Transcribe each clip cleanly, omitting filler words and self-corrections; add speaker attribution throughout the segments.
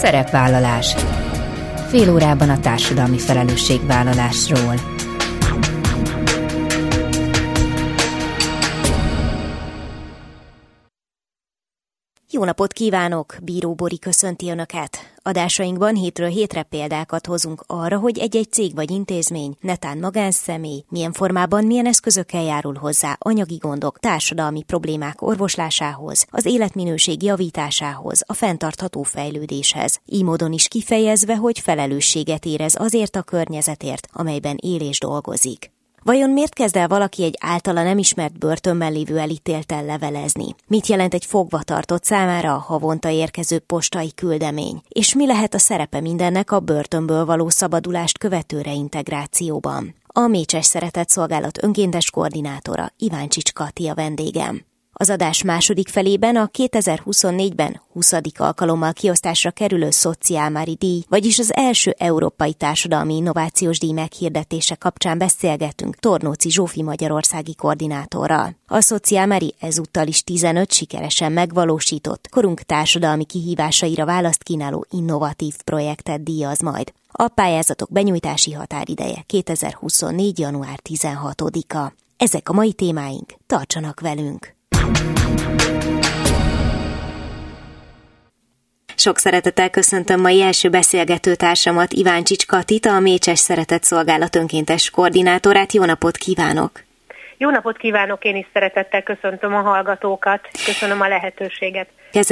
Speaker 1: Szerepvállalás. Fél órában a társadalmi felelősségvállalásról.
Speaker 2: Jó napot kívánok! Bíró Bori köszönti Önöket. Adásainkban hétről hétre példákat hozunk arra, hogy egy-egy cég vagy intézmény, netán magánszemély, milyen formában, milyen eszközökkel járul hozzá anyagi gondok, társadalmi problémák orvoslásához, az életminőség javításához, a fenntartható fejlődéshez. Így módon is kifejezve, hogy felelősséget érez azért a környezetért, amelyben él és dolgozik. Vajon miért kezd el valaki egy általa nem ismert börtönben lévő elítélttel levelezni? Mit jelent egy fogvatartott számára a havonta érkező postai küldemény? És mi lehet a szerepe mindennek a börtönből való szabadulást követő reintegrációban? A Mécses Szeretetszolgálat önkéntes koordinátora, Iváncsics Kati a vendégem. Az adás második felében a 2024-ben 20. alkalommal kiosztásra kerülő Szociálmári díj, vagyis az első Európai Társadalmi Innovációs Díj meghirdetése kapcsán beszélgetünk Tornóci Zsófi magyarországi koordinátorral. A Szociálmári ezúttal is 15 sikeresen megvalósított, korunk társadalmi kihívásaira választ kínáló innovatív projektet díjaz majd. A pályázatok benyújtási határideje 2024. január 16-a. Ezek a mai témáink, tartsanak velünk! Sok szeretettel köszöntöm mai első beszélgetőtársamat, Iváncsics Katit, a Mécses Szeretetszolgálat önkéntes koordinátorát. Jó napot kívánok!
Speaker 3: Jó napot kívánok, én is szeretettel köszöntöm a hallgatókat, köszönöm a lehetőséget.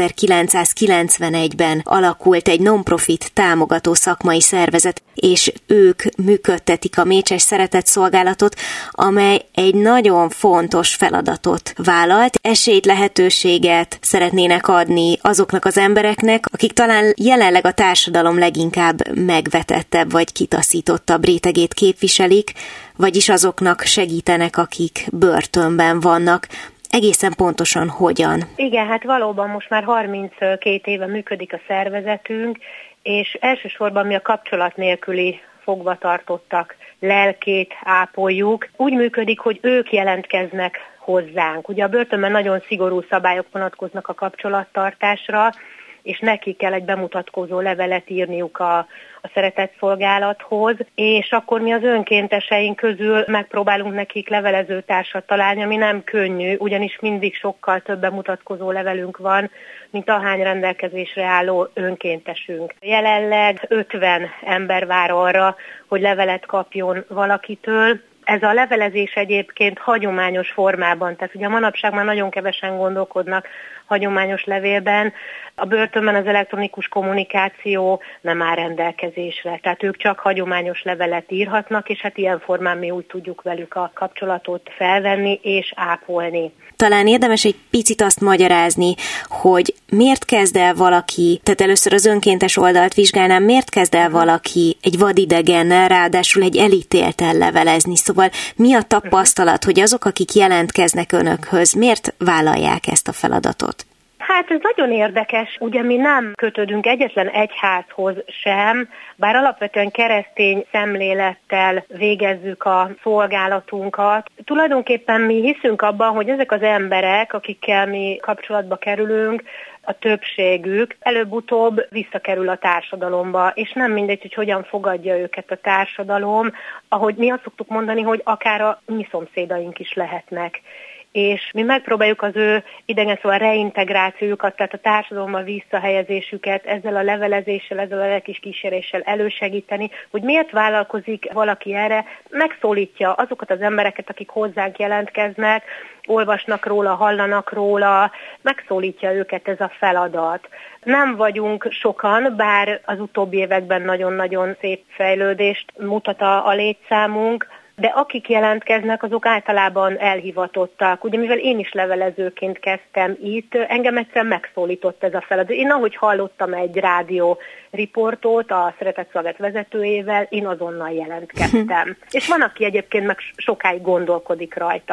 Speaker 2: 1991-ben alakult egy non-profit támogató szakmai szervezet, és ők működtetik a Mécses Szeretetszolgálatot, amely egy nagyon fontos feladatot vállalt. Esélyt, lehetőséget szeretnének adni azoknak az embereknek, akik talán jelenleg a társadalom leginkább megvetettebb vagy kitaszítottabb rétegét képviselik, vagyis azoknak segítenek, akik börtönben vannak. Egészen pontosan hogyan?
Speaker 3: Igen, hát valóban most már 32 éve működik a szervezetünk, és elsősorban mi a kapcsolat nélküli fogvatartottak lelkét ápoljuk. Úgy működik, hogy ők jelentkeznek hozzánk. Ugye a börtönben nagyon szigorú szabályok vonatkoznak a kapcsolattartásra, és neki kell egy bemutatkozó levelet írniuk a szeretetszolgálathoz, és akkor mi az önkénteseink közül megpróbálunk nekik levelezőtársat találni, ami nem könnyű, ugyanis mindig sokkal több bemutatkozó levelünk van, mint ahány rendelkezésre álló önkéntesünk. Jelenleg 50 ember vár arra, hogy levelet kapjon valakitől. Ez a levelezés egyébként hagyományos formában, tehát ugye manapság már nagyon kevesen gondolkodnak hagyományos levélben. A börtönben az elektronikus kommunikáció nem áll rendelkezésre, tehát ők csak hagyományos levelet írhatnak, és hát ilyen formán mi úgy tudjuk velük a kapcsolatot felvenni és ápolni.
Speaker 2: Talán érdemes egy picit azt magyarázni, hogy miért kezd el valaki, tehát először az önkéntes oldalt vizsgálnám, miért kezd el valaki egy vadidegennel, ráadásul egy elítélttel levelezni. Szóval mi a tapasztalat, hogy azok, akik jelentkeznek önökhöz, miért vállalják ezt a feladatot?
Speaker 3: Hát ez nagyon érdekes, ugye mi nem kötődünk egyetlen egyházhoz sem, bár alapvetően keresztény szemlélettel végezzük a szolgálatunkat. Tulajdonképpen mi hiszünk abban, hogy ezek az emberek, akikkel mi kapcsolatba kerülünk, a többségük előbb-utóbb visszakerül a társadalomba, és nem mindegy, hogy hogyan fogadja őket a társadalom, ahogy mi azt szoktuk mondani, hogy akár a mi szomszédaink is lehetnek. És mi megpróbáljuk az ő idegen szóval reintegrációjukat, tehát a társadalomba visszahelyezésüket ezzel a levelezéssel, ezzel a lelkis kíséréssel elősegíteni, hogy miért vállalkozik valaki erre, megszólítja azokat az embereket, akik hozzánk jelentkeznek, olvasnak róla, hallanak róla, megszólítja őket ez a feladat. Nem vagyunk sokan, bár az utóbbi években nagyon-nagyon szép fejlődést mutat a létszámunk, de akik jelentkeznek, azok általában elhivatottak. Ugye mivel én is levelezőként kezdtem itt, engem egyszerűen megszólított ez a feladat. Én ahogy hallottam egy rádió riportot a Szeretetszolgálat vezetőjével, én azonnal jelentkeztem. És van, aki egyébként meg sokáig gondolkodik rajta.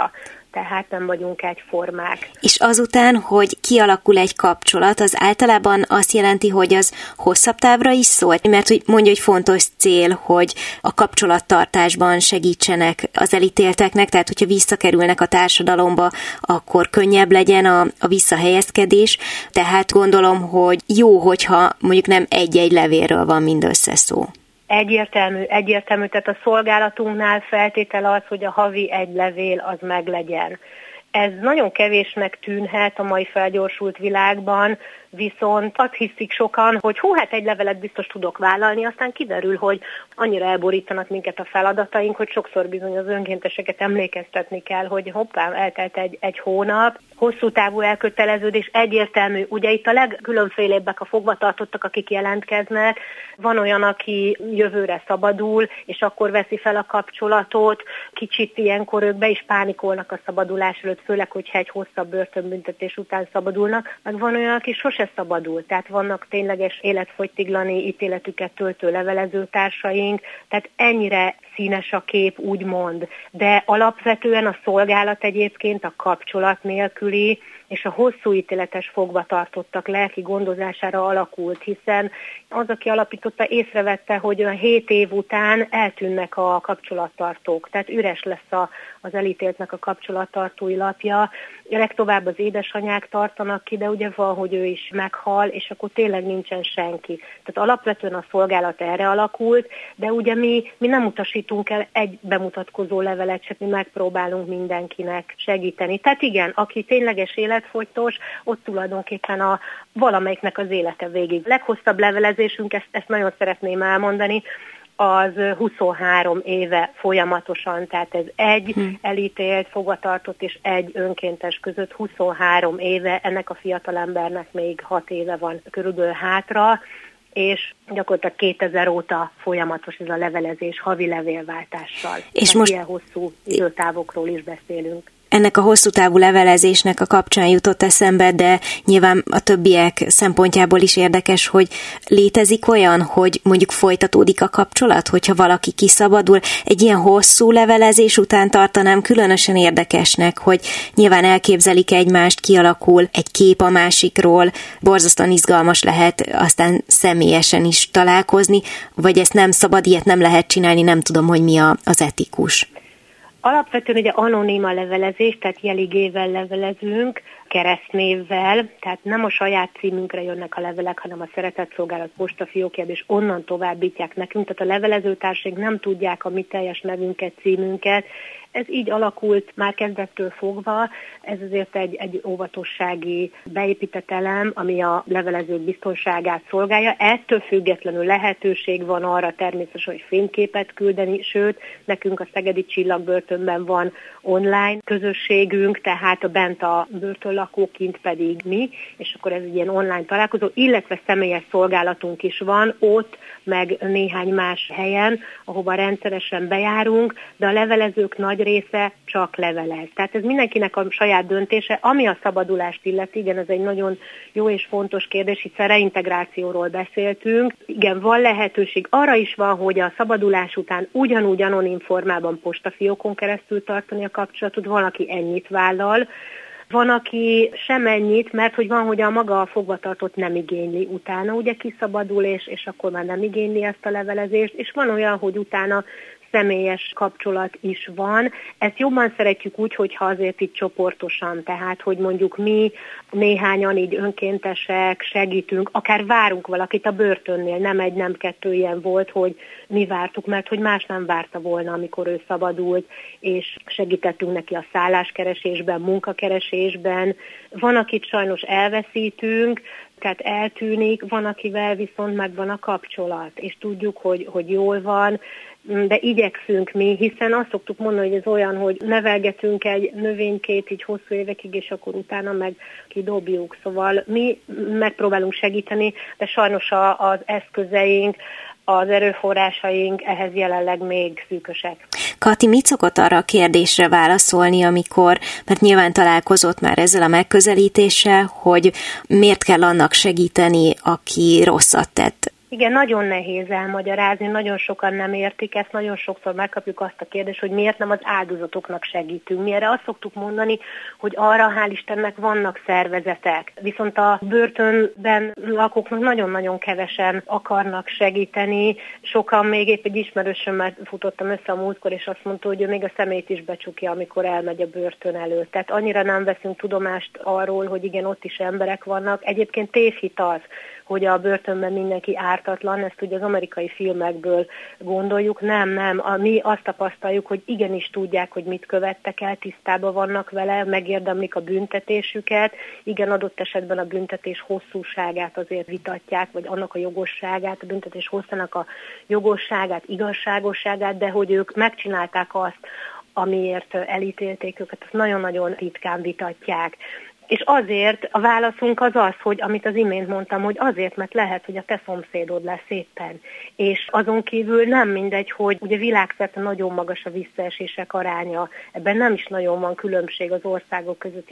Speaker 3: tehát nem vagyunk egyformák.
Speaker 2: És azután, hogy kialakul egy kapcsolat, az általában azt jelenti, hogy az hosszabb távra is szól? Mert hogy mondja, hogy fontos cél, hogy a kapcsolattartásban segítsenek az elítélteknek, tehát hogyha visszakerülnek a társadalomba, akkor könnyebb legyen a visszahelyezkedés. Tehát gondolom, hogy jó, hogyha mondjuk nem egy-egy levélről van mindössze szó.
Speaker 3: Egyértelmű, tehát a szolgálatunknál feltétel az, hogy a havi egy levél az meglegyen. Ez nagyon kevésnek tűnhet a mai felgyorsult világban, viszont azt hiszik sokan, hogy hát egy levelet biztos tudok vállalni, aztán kiderül, hogy annyira elborítanak minket a feladataink, hogy sokszor bizony az önkénteseket emlékeztetni kell, hogy hoppá, eltelt egy hónap, hosszú távú elköteleződés, egyértelmű. Ugye itt a legkülönfélébbek a fogvatartottak, akik jelentkeznek. Van olyan, aki jövőre szabadul, és akkor veszi fel a kapcsolatot. Kicsit ilyenkor ők be is pánikolnak a szabadulás előtt, főleg, hogyha egy hosszabb börtönbüntetés után szabadulnak. Meg van olyan, aki sose szabadul. Tehát vannak tényleges életfogytiglani ítéletüket töltő levelezőtársaink, tehát ennyire színes a kép, úgymond. De alapvetően a szolgálat egyébként a kapcsolat nélküli és a hosszú ítéletes fogvatartottak lelki gondozására alakult, hiszen az, aki alapította, észrevette, hogy olyan 7 év után eltűnnek a kapcsolattartók, tehát üres lesz az elítéltnek a kapcsolattartói lapja. Legtovább az édesanyák tartanak ki, de ugye van, hogy ő is meghal, és akkor tényleg nincsen senki. Tehát alapvetően a szolgálat erre alakult, de ugye mi nem utasítunk el egy bemutatkozó levelet, csak mi megpróbálunk mindenkinek segíteni. Tehát igen, aki tényleges életfogytos, ott tulajdonképpen valamelyiknek az élete végig. Leghosszabb levelezésünk, ezt nagyon szeretném elmondani, az 23 éve folyamatosan, tehát ez egy elítélt, fogvatartott és egy önkéntes között 23 éve, ennek a fiatalembernek még 6 éve van körülbelül hátra, és gyakorlatilag 2000 óta folyamatos ez a levelezés havi levélváltással. És most ilyen hosszú időtávokról is beszélünk.
Speaker 2: Ennek a hosszú távú levelezésnek a kapcsán jutott eszembe, de nyilván a többiek szempontjából is érdekes, hogy létezik olyan, hogy mondjuk folytatódik a kapcsolat, hogyha valaki kiszabadul. Egy ilyen hosszú levelezés után tartanám különösen érdekesnek, hogy nyilván elképzelik egymást, kialakul egy kép a másikról, borzasztóan izgalmas lehet aztán személyesen is találkozni, vagy ezt nem szabad, ilyet nem lehet csinálni, nem tudom, hogy mi az etikus.
Speaker 3: Alapvetően ugye anonim a levelezés, tehát jeligével levelezünk, keresztnévvel, tehát nem a saját címünkre jönnek a levelek, hanem a Szeretetszolgálat postafiókjába, és onnan továbbítják nekünk, tehát a levelezőtársaink nem tudják a mi teljes nevünket, címünket. Ez így alakult már kezdettől fogva, ez azért egy óvatossági beépített elem, ami a levelezők biztonságát szolgálja. Ettől függetlenül lehetőség van arra természetesen, hogy fényképet küldeni, sőt, nekünk a Szegedi Csillagbörtönben van online közösségünk, tehát bent a börtönlakók, kint pedig mi, és akkor ez egy ilyen online találkozó, illetve személyes szolgálatunk is van ott, meg néhány más helyen, ahova rendszeresen bejárunk, de a levelezők nagy része csak levelez. Tehát ez mindenkinek a saját döntése, ami a szabadulást illeti, igen, ez egy nagyon jó és fontos kérdés, hiszen reintegrációról beszéltünk. Igen, van lehetőség, arra is van, hogy a szabadulás után ugyanúgy anonim formában postafiókon keresztül tartani a kapcsolatot, van, aki ennyit vállal, van, aki sem ennyit, mert hogy van, hogy a maga a fogvatartott nem igényli utána, ugye kiszabadul, és akkor már nem igényli ezt a levelezést, és van olyan, hogy utána személyes kapcsolat is van. Ezt jobban szeretjük úgy, hogyha azért itt csoportosan, tehát hogy mondjuk mi néhányan így önkéntesek, segítünk, akár várunk valakit a börtönnél, nem egy, nem kettő ilyen volt, hogy mi vártuk, mert hogy más nem várta volna, amikor ő szabadult, és segítettünk neki a szálláskeresésben, munkakeresésben. Van, akit sajnos elveszítünk, tehát eltűnik, van, akivel viszont megvan a kapcsolat, és tudjuk, hogy jól van, de igyekszünk mi, hiszen azt szoktuk mondani, hogy ez olyan, hogy nevelgetünk egy növénykét így hosszú évekig, és akkor utána meg kidobjuk. Szóval mi megpróbálunk segíteni, de sajnos az eszközeink, az erőforrásaink ehhez jelenleg még szűkösek.
Speaker 2: Kati, mit szokott arra a kérdésre válaszolni, amikor, mert nyilván találkozott már ezzel a megközelítéssel, hogy miért kell annak segíteni, aki rosszat tett?
Speaker 3: Igen, nagyon nehéz elmagyarázni, nagyon sokan nem értik ezt, nagyon sokszor megkapjuk azt a kérdést, hogy miért nem az áldozatoknak segítünk. Mi erre azt szoktuk mondani, hogy arra hál' Istennek vannak szervezetek, viszont a börtönben lakóknak nagyon-nagyon kevesen akarnak segíteni. Sokan, még épp egy ismerősömmel futottam össze a múltkor, és azt mondta, hogy ő még a szemét is becsukja, amikor elmegy a börtön előtt. Tehát annyira nem veszünk tudomást arról, hogy igen, ott is emberek vannak. Egyébként tévhit az, hogy a börtönben mindenki ártatlan, ezt ugye az amerikai filmekből gondoljuk. Nem. Mi azt tapasztaljuk, hogy igenis tudják, hogy mit követtek el, tisztában vannak vele, megérdemlik a büntetésüket. Igen, adott esetben a büntetés hosszúságát azért vitatják, vagy annak a jogosságát, a büntetés hosszának a jogosságát, igazságosságát, de hogy ők megcsinálták azt, amiért elítélték őket, azt nagyon-nagyon ritkán vitatják. És azért a válaszunk az az, hogy amit az imént mondtam, hogy azért, mert lehet, hogy a te szomszédod lesz éppen. És azon kívül nem mindegy, hogy ugye világszerte nagyon magas a visszaesések aránya, ebben nem is nagyon van különbség az országok között,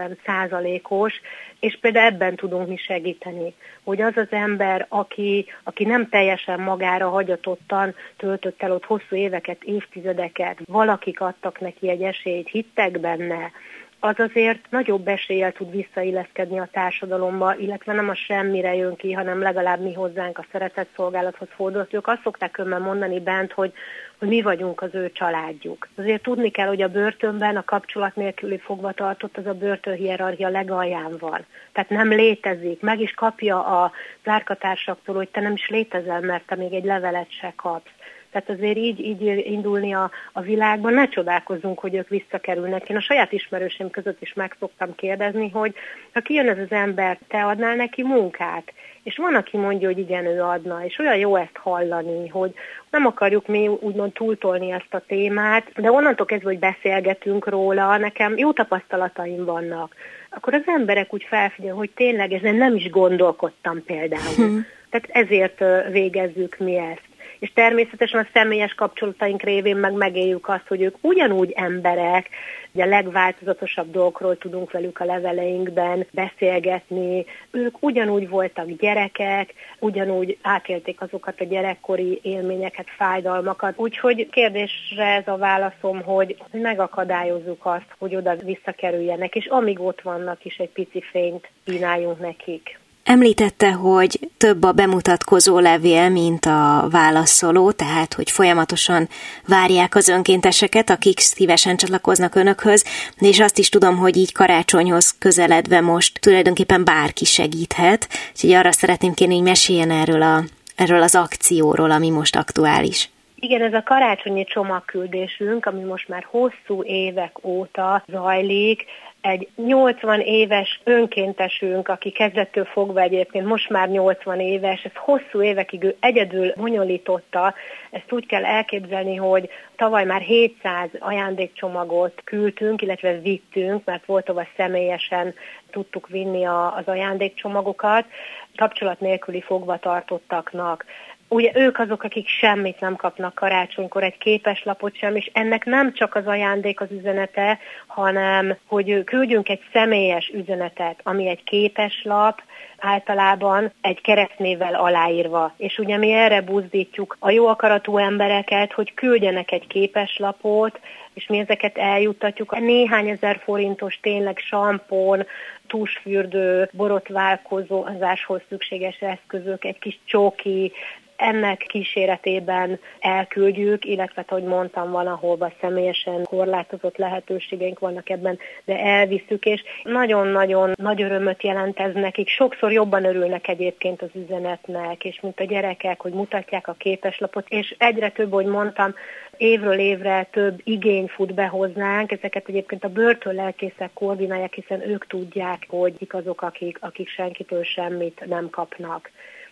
Speaker 3: 70%-os, és például ebben tudunk mi segíteni, hogy az az ember, aki nem teljesen magára hagyatottan töltött el ott hosszú éveket, évtizedeket, valakik adtak neki egy esélyt, hittek benne, az azért nagyobb eséllyel tud visszailleszkedni a társadalomba, illetve nem a semmire jön ki, hanem legalább mi hozzánk a szeretetszolgálathoz fordult. Ők azt szokták önben mondani bent, hogy mi vagyunk az ő családjuk. Azért tudni kell, hogy a börtönben a kapcsolat nélküli fogvatartott az a börtönhierarchia legalján van. Tehát nem létezik. Meg is kapja a zárkatársaktól, hogy te nem is létezel, mert te még egy levelet se kapsz. Tehát azért így indulni a világban, ne csodálkozzunk, hogy ők visszakerülnek. Én a saját ismerőseim között is meg szoktam kérdezni, hogy ha kijön ez az ember, te adnál neki munkát? És van, aki mondja, hogy igen, ő adna, és olyan jó ezt hallani, hogy nem akarjuk mi úgymond túltolni ezt a témát, de onnantól kezdve, hogy beszélgetünk róla, nekem jó tapasztalataim vannak. Akkor az emberek úgy felfigyel, hogy tényleg ezen nem is gondolkodtam például. Tehát ezért végezzük mi ezt. És természetesen a személyes kapcsolataink révén megéljük azt, hogy ők ugyanúgy emberek, ugye a legváltozatosabb dolgokról tudunk velük a leveleinkben beszélgetni, ők ugyanúgy voltak gyerekek, ugyanúgy átélték azokat a gyerekkori élményeket, fájdalmakat. Úgyhogy kérdésre ez a válaszom, hogy megakadályozzuk azt, hogy oda visszakerüljenek, és amíg ott vannak is egy pici fényt kínáljunk nekik.
Speaker 2: Említette, hogy több a bemutatkozó levél, mint a válaszoló, tehát hogy folyamatosan várják az önkénteseket, akik szívesen csatlakoznak önökhöz, és azt is tudom, hogy így karácsonyhoz közeledve most tulajdonképpen bárki segíthet, úgyhogy arra szeretném kérni, hogy meséljen erről az akcióról, ami most aktuális.
Speaker 3: Igen, ez a karácsonyi csomagküldésünk, ami most már hosszú évek óta zajlik. Egy 80 éves önkéntesünk, aki kezdettől fogva egyébként most már 80 éves, ez hosszú évekig ő egyedül bonyolította. Ezt úgy kell elképzelni, hogy tavaly már 700 ajándékcsomagot küldtünk, illetve vittünk, mert volt, ahol személyesen tudtuk vinni az ajándékcsomagokat, kapcsolat nélküli fogvatartottaknak. Ugye ők azok, akik semmit nem kapnak karácsonykor, egy képeslapot sem, és ennek nem csak az ajándék az üzenete, hanem hogy küldjünk egy személyes üzenetet, ami egy képeslap, általában egy keresztnévvel aláírva. És ugye mi erre buzdítjuk a jó akaratú embereket, hogy küldjenek egy képeslapot, és mi ezeket eljuttatjuk. A néhány ezer forintos tényleg sampon, tusfürdő, borotválkozáshoz szükséges eszközök, egy kis csoki, ennek kíséretében elküldjük, illetve, ahogy mondtam, van, ahol személyesen korlátozott lehetőségeink vannak ebben, de elviszük, és nagyon-nagyon nagy örömöt jelent ez nekik. Sokszor jobban örülnek egyébként az üzenetnek, és mint a gyerekek, hogy mutatják a képeslapot, és egyre több, hogy mondtam, évről évre több igény fut be hozzánk, ezeket egyébként a börtönlelkészek koordinálják, hiszen ők tudják, hogy kik azok, akik senkitől semmit nem kapnak.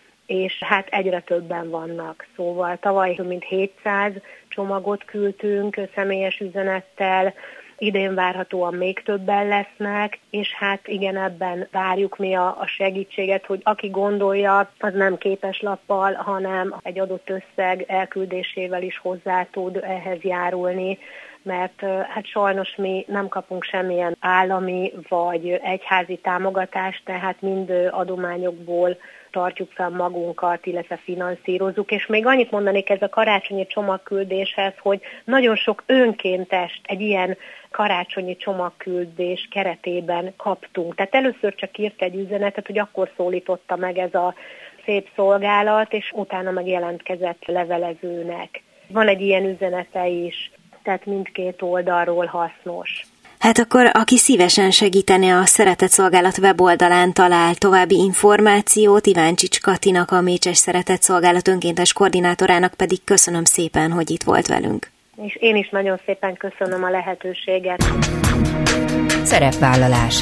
Speaker 3: És hát egyre többen vannak. Szóval tavaly több mint 700 csomagot küldtünk személyes üzenettel, idén várhatóan még többen lesznek, és hát igen, ebben várjuk mi a segítséget, hogy aki gondolja, az nem képeslappal, hanem egy adott összeg elküldésével is hozzá tud ehhez járulni. mert hát sajnos mi nem kapunk semmilyen állami vagy egyházi támogatást, tehát mind adományokból tartjuk fel magunkat, illetve finanszírozunk, és még annyit mondanék ez a karácsonyi csomagküldéshez, hogy nagyon sok önkéntest egy ilyen karácsonyi csomagküldés keretében kaptunk. Tehát először csak írt egy üzenetet, hogy akkor szólította meg ez a szép szolgálat, és utána meg jelentkezett levelezőnek. Van egy ilyen üzenete is, tehát mindkét oldalról hasznos.
Speaker 2: Hát akkor, aki szívesen segíteni a Szeretett Szolgálat weboldalán talál további információt, Iváncsics Katinak, a Mécses Szeretett Szolgálat önkéntes koordinátorának pedig köszönöm szépen, hogy itt volt velünk.
Speaker 3: És én is nagyon szépen köszönöm a lehetőséget.
Speaker 1: Szerepvállalás.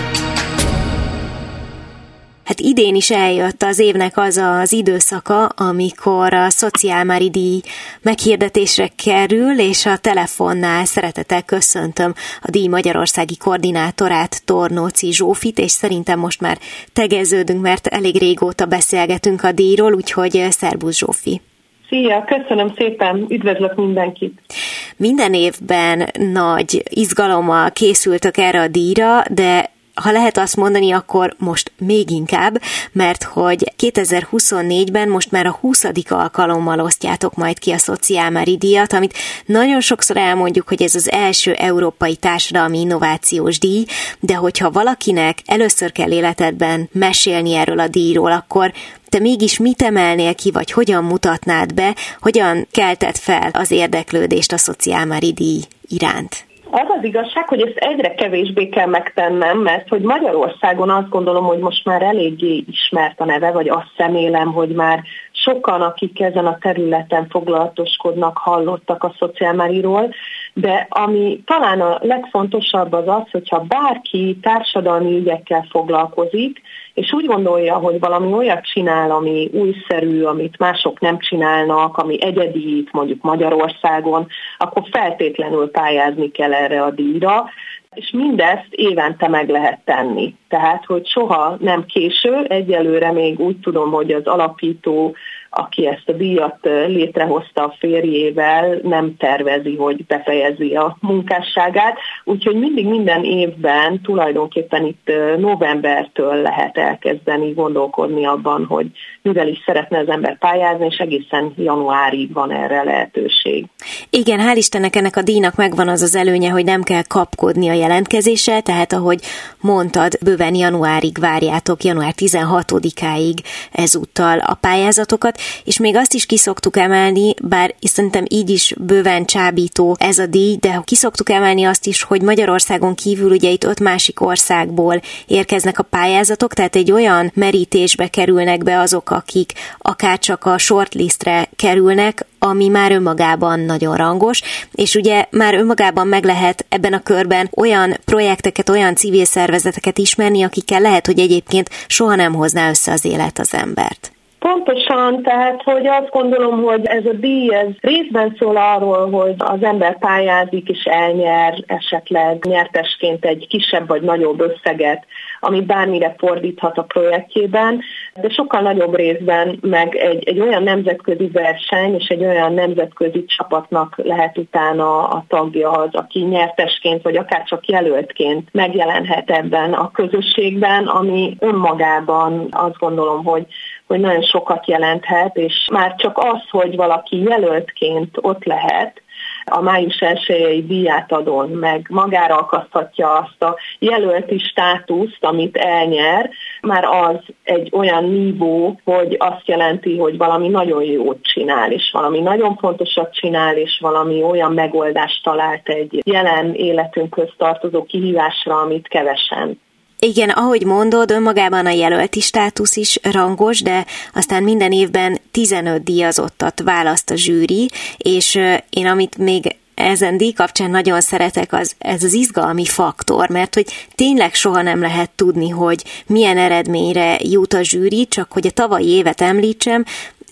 Speaker 2: Hát idén is eljött az évnek az az időszaka, amikor a Szociálmári díj meghirdetésre kerül, és a telefonnál szeretettel köszöntöm a díj magyarországi koordinátorát, Tornóci Zsófit, és szerintem most már tegeződünk, mert elég régóta beszélgetünk a díjról, úgyhogy szerbusz Zsófi.
Speaker 4: Szia, köszönöm szépen, üdvözlök mindenkit!
Speaker 2: Minden évben nagy izgalommal készültök erre a díjra, de ha lehet azt mondani, akkor most még inkább, mert hogy 2024-ben most már a 20. alkalommal osztjátok majd ki a Szociálmári díjat, amit nagyon sokszor elmondjuk, hogy ez az első európai társadalmi innovációs díj, de hogyha valakinek először kell életedben mesélni erről a díjról, akkor te mégis mit emelnél ki, vagy hogyan mutatnád be, hogyan kelted fel az érdeklődést a Szociálmári díj iránt?
Speaker 4: Az az igazság, hogy ezt egyre kevésbé kell megtennem, mert hogy Magyarországon azt gondolom, hogy most már eléggé ismert a neve, vagy azt személem, hogy már sokan, akik ezen a területen foglalatoskodnak, hallottak a Szociálmáriról, de ami talán a legfontosabb az az, hogyha bárki társadalmi ügyekkel foglalkozik, és úgy gondolja, hogy valami olyat csinál, ami újszerű, amit mások nem csinálnak, ami egyedi itt mondjuk Magyarországon, akkor feltétlenül pályázni kell erre a díjra, és mindezt évente meg lehet tenni. Tehát, hogy soha nem késő, egyelőre még úgy tudom, hogy az alapító, aki ezt a díjat létrehozta a férjével, nem tervezi, hogy befejezi a munkásságát, úgyhogy mindig minden évben tulajdonképpen itt novembertől lehet elkezdeni gondolkodni abban, hogy mivel is szeretne az ember pályázni, és egészen januárig van erre lehetőség.
Speaker 2: Igen, hál' Istennek ennek a díjnak megvan az az előnye, hogy nem kell kapkodni a jelentkezéssel, tehát ahogy mondtad, bőven januárig várjátok, január 16-áig ezúttal a pályázatokat, és még azt is kiszoktuk emelni, bár szerintem így is bőven csábító ez a díj, de kiszoktuk emelni azt is, hogy Magyarországon kívül ugye itt 5 másik országból érkeznek a pályázatok, tehát egy olyan merítésbe kerülnek be azok, akik akár csak a shortlistre kerülnek, ami már önmagában nagyon rangos, és ugye már önmagában meg lehet ebben a körben olyan projekteket, olyan civil szervezeteket ismerni, akikkel lehet, hogy egyébként soha nem hozná össze az élet az embert.
Speaker 4: Pontosan, tehát, hogy azt gondolom, hogy ez a díj, ez részben szól arról, hogy az ember pályázik és elnyer, esetleg nyertesként egy kisebb vagy nagyobb összeget, ami bármire fordíthat a projektjében, de sokkal nagyobb részben meg egy olyan nemzetközi verseny és egy olyan nemzetközi csapatnak lehet utána a tagja az, aki nyertesként vagy akár csak jelöltként megjelenhet ebben a közösségben, ami önmagában azt gondolom, hogy nagyon sokat jelenthet, és már csak az, hogy valaki jelöltként ott lehet, a május 1-i díjátadón meg magára akaszthatja azt a jelölti státuszt, amit elnyer, már az egy olyan nívó, hogy azt jelenti, hogy valami nagyon jót csinál, és valami nagyon fontosat csinál, és valami olyan megoldást talált egy jelen életünkhöz tartozó kihívásra, amit kevesen.
Speaker 2: Igen, ahogy mondod, önmagában a jelölti státusz is rangos, de aztán minden évben 15 díjazottat választ a zsűri, és én amit még ezen díj kapcsán nagyon szeretek, ez az izgalmi faktor, mert hogy tényleg soha nem lehet tudni, hogy milyen eredményre jut a zsűri, csak hogy a tavalyi évet említsem,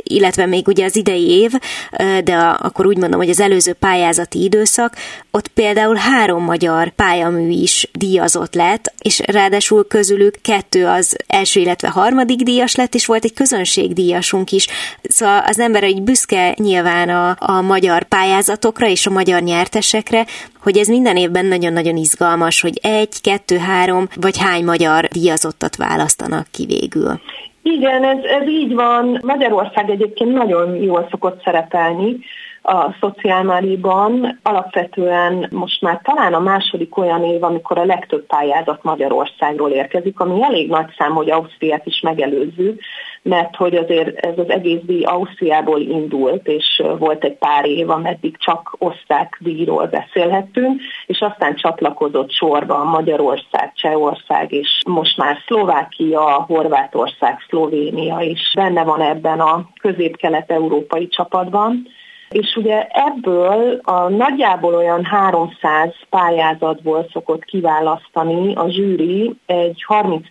Speaker 2: illetve még ugye az idei év, de akkor úgy mondom, hogy az előző pályázati időszak, ott például 3 magyar pályamű is díjazott lett, és ráadásul közülük 2 az első, illetve harmadik díjas lett, és volt egy közönségdíjasunk is. Szóval az ember egy büszke nyilván a magyar pályázatokra és a magyar nyertesekre, hogy ez minden évben nagyon-nagyon izgalmas, hogy 1, 2, 3 vagy hány magyar díjazottat választanak ki végül.
Speaker 4: Igen, ez így van. Magyarország egyébként nagyon jól szokott szerepelni a Szociálmáriban. Alapvetően most már talán a második olyan év, amikor a legtöbb pályázat Magyarországról érkezik, ami elég nagy szám, hogy Ausztriát is megelőzzük, mert hogy azért ez az egész díj Ausztriából indult, és volt egy pár év, ameddig csak osztrák díjról beszélhettünk, és aztán csatlakozott sorba Magyarország, Csehország, és most már Szlovákia, Horvátország, Szlovénia is benne van ebben a közép-kelet-európai csapatban. És ugye ebből a nagyjából olyan 300 pályázatból szokott kiválasztani a zsűri egy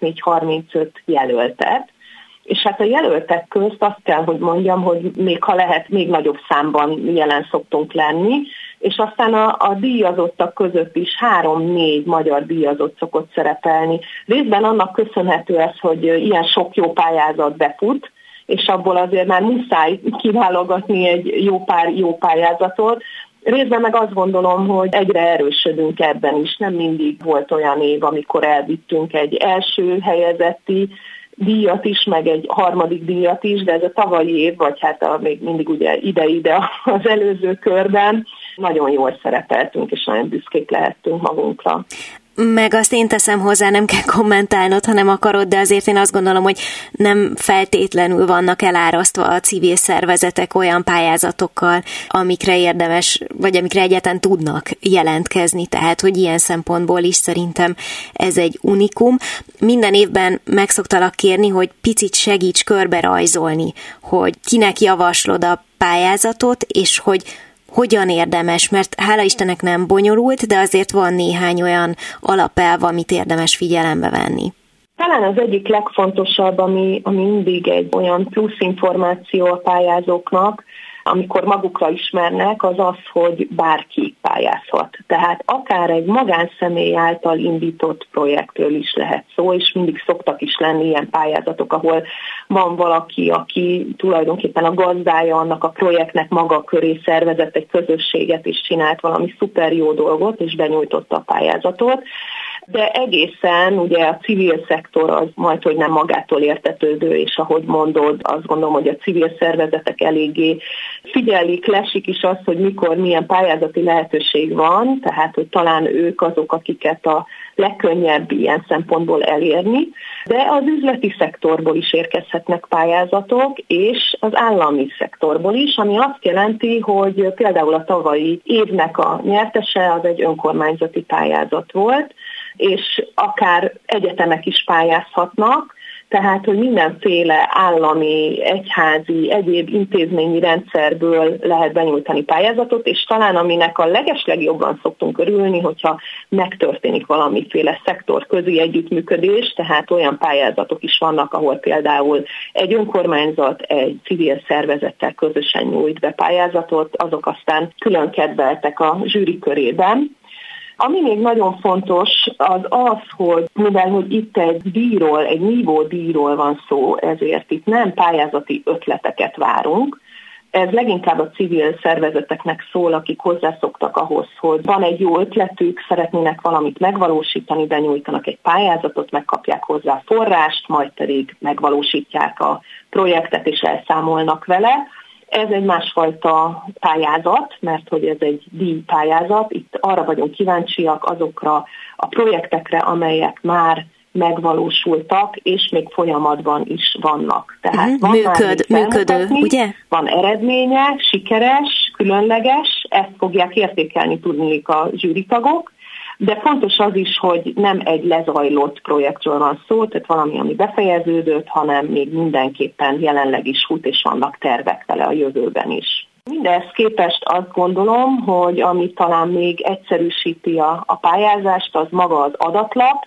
Speaker 4: 34-35 jelöltet, és hát a jelöltek közt azt kell, hogy mondjam, hogy még ha lehet, még nagyobb számban jelen szoktunk lenni, és aztán a díjazottak között is 3-4 magyar díjazott szokott szerepelni. Részben annak köszönhető ez, hogy ilyen sok jó pályázat befut, és abból azért már muszáj kiválogatni egy jó pár jó pályázatot. Részben meg azt gondolom, hogy egyre erősödünk ebben is. Nem mindig volt olyan év, amikor elvittünk egy első helyezetti díjat is, meg egy harmadik díjat is, de ez a tavalyi év, vagy hát még mindig ugye ide-ide az előző körben nagyon jól szerepeltünk, és nagyon büszkék lehettünk magunkra.
Speaker 2: Meg azt én teszem hozzá, nem kell kommentálnod, ha nem akarod, de azért én azt gondolom, hogy nem feltétlenül vannak elárasztva a civil szervezetek olyan pályázatokkal, amikre érdemes, vagy amikre egyáltalán tudnak jelentkezni, tehát hogy ilyen szempontból is szerintem ez egy unikum. Minden évben meg szoktalak kérni, hogy picit segíts körberajzolni, hogy kinek javaslod a pályázatot, és hogy hogyan érdemes, mert hála Istennek nem bonyolult, de azért van néhány olyan alapelv, amit érdemes figyelembe venni.
Speaker 4: Talán az egyik legfontosabb, ami mindig egy olyan plusz információ a pályázóknak, amikor magukra ismernek, az az, hogy bárki pályázhat. Tehát akár egy magánszemély által indított projektről is lehet szó, és mindig szoktak is lenni ilyen pályázatok, ahol van valaki, aki tulajdonképpen a gazdája annak a projektnek, maga köré szervezett egy közösséget, és csinált valami szuper jó dolgot, és benyújtotta a pályázatot. De egészen ugye a civil szektor az majd, hogy nem magától értetődő, és ahogy mondod, azt gondolom, hogy a civil szervezetek eléggé figyelik, lesik is azt, hogy mikor milyen pályázati lehetőség van, tehát hogy talán ők azok, akiket a legkönnyebb ilyen szempontból elérni, de az üzleti szektorból is érkezhetnek pályázatok, és az állami szektorból is, ami azt jelenti, hogy például a tavalyi évnek a nyertese az egy önkormányzati pályázat volt, és akár egyetemek is pályázhatnak, tehát, hogy mindenféle állami, egyházi, egyéb intézményi rendszerből lehet benyújtani pályázatot, és talán aminek a legeslegjobban szoktunk örülni, hogyha megtörténik valamiféle szektorközi együttműködés, tehát olyan pályázatok is vannak, ahol például egy önkormányzat egy civil szervezettel közösen nyújt be pályázatot, azok aztán külön kedveltek a zsűri körében. Ami még nagyon fontos, az az, hogy mivel hogy itt egy díjról, egy nívó díjról van szó, ezért itt nem pályázati ötleteket várunk. Ez leginkább a civil szervezeteknek szól, akik hozzászoktak ahhoz, hogy van egy jó ötletük, szeretnének valamit megvalósítani, benyújtanak egy pályázatot, megkapják hozzá forrást, majd pedig megvalósítják a projektet és elszámolnak vele. Ez egy másfajta pályázat, mert hogy ez egy díjpályázat. Itt arra vagyunk kíváncsiak azokra a projektekre, amelyek már megvalósultak, és még folyamatban is vannak. Tehát van
Speaker 2: működő, ugye?
Speaker 4: Van eredménye, sikeres, különleges, ezt fogják értékelni tudniuk a zsűritagok, de fontos az is, hogy nem egy lezajlott projektről van szó, tehát valami, ami befejeződött, hanem még mindenképpen jelenleg is fut, és vannak tervek vele a jövőben is. Mindehhez képest azt gondolom, hogy ami talán még egyszerűsíti a pályázást, az maga az adatlap,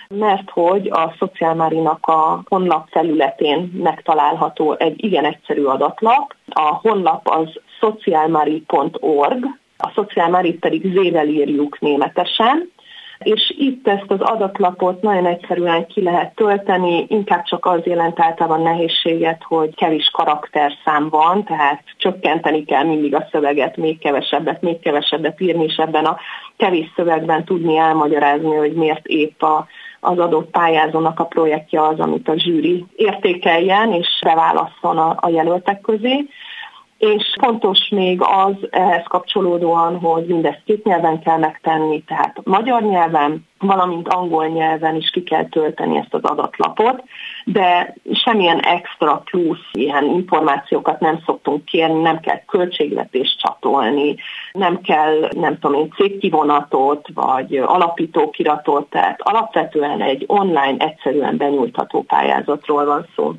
Speaker 4: mert hogy a Szociálmárinak a honlap felületén megtalálható egy igen egyszerű adatlap. A honlap az socialmari.org, a Szociálmárit pedig Z-vel írjuk németesen, és itt ezt az adatlapot nagyon egyszerűen ki lehet tölteni, inkább csak az jelent általában nehézséget, hogy kevés karakterszám van, tehát csökkenteni kell mindig a szöveget, még kevesebbet írni, és ebben a kevés szövegben tudni elmagyarázni, hogy miért épp az adott pályázónak a projektje az, amit a zsűri értékeljen, és beválasszon a jelöltek közé. És fontos még az ehhez kapcsolódóan, hogy mindezt 2 nyelven kell megtenni, tehát magyar nyelven, valamint angol nyelven is ki kell tölteni ezt az adatlapot, de semmilyen extra plusz ilyen információkat nem szoktunk kérni, nem kell költségvetést csatolni, nem kell, cégkivonatot vagy alapítókiratot, tehát alapvetően egy online egyszerűen benyújtható pályázatról van szó.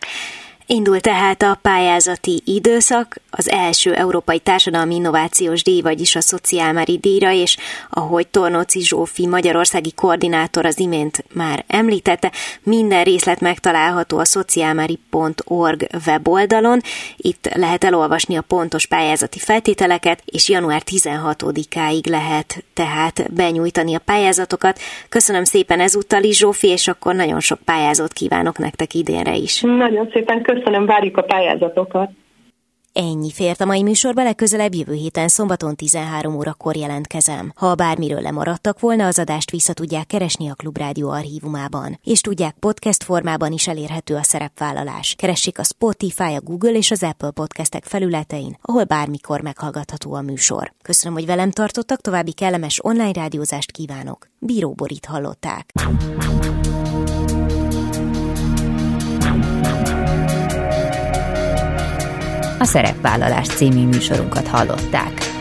Speaker 2: Indul tehát a pályázati időszak, az első Európai Társadalmi Innovációs Díj, vagyis a Szociálmári díjra, és ahogy Tornóczy Zsófi magyarországi koordinátor az imént már említette, minden részlet megtalálható a socialmari.org weboldalon. Itt lehet elolvasni a pontos pályázati feltételeket, és január 16-áig lehet tehát benyújtani a pályázatokat. Köszönöm szépen ezúttal is, Zsófi, és akkor nagyon sok pályázót kívánok nektek idénre is.
Speaker 4: Nagyon szépen köszönöm, várjuk a pályázatokat.
Speaker 2: Ennyi fért a mai műsorba, legközelebb jövő héten szombaton 13 órakor jelentkezem. Ha bármiről lemaradtak volna, az adást vissza tudják keresni a Klubrádió archívumában. És tudják, podcast formában is elérhető a szerepvállalás. Keressék a Spotify, a Google és az Apple podcastek felületein, ahol bármikor meghallgatható a műsor. Köszönöm, hogy velem tartottak, további kellemes online rádiózást kívánok. Bíró Borit hallották.
Speaker 1: A Szerepvállalás című műsorunkat hallották.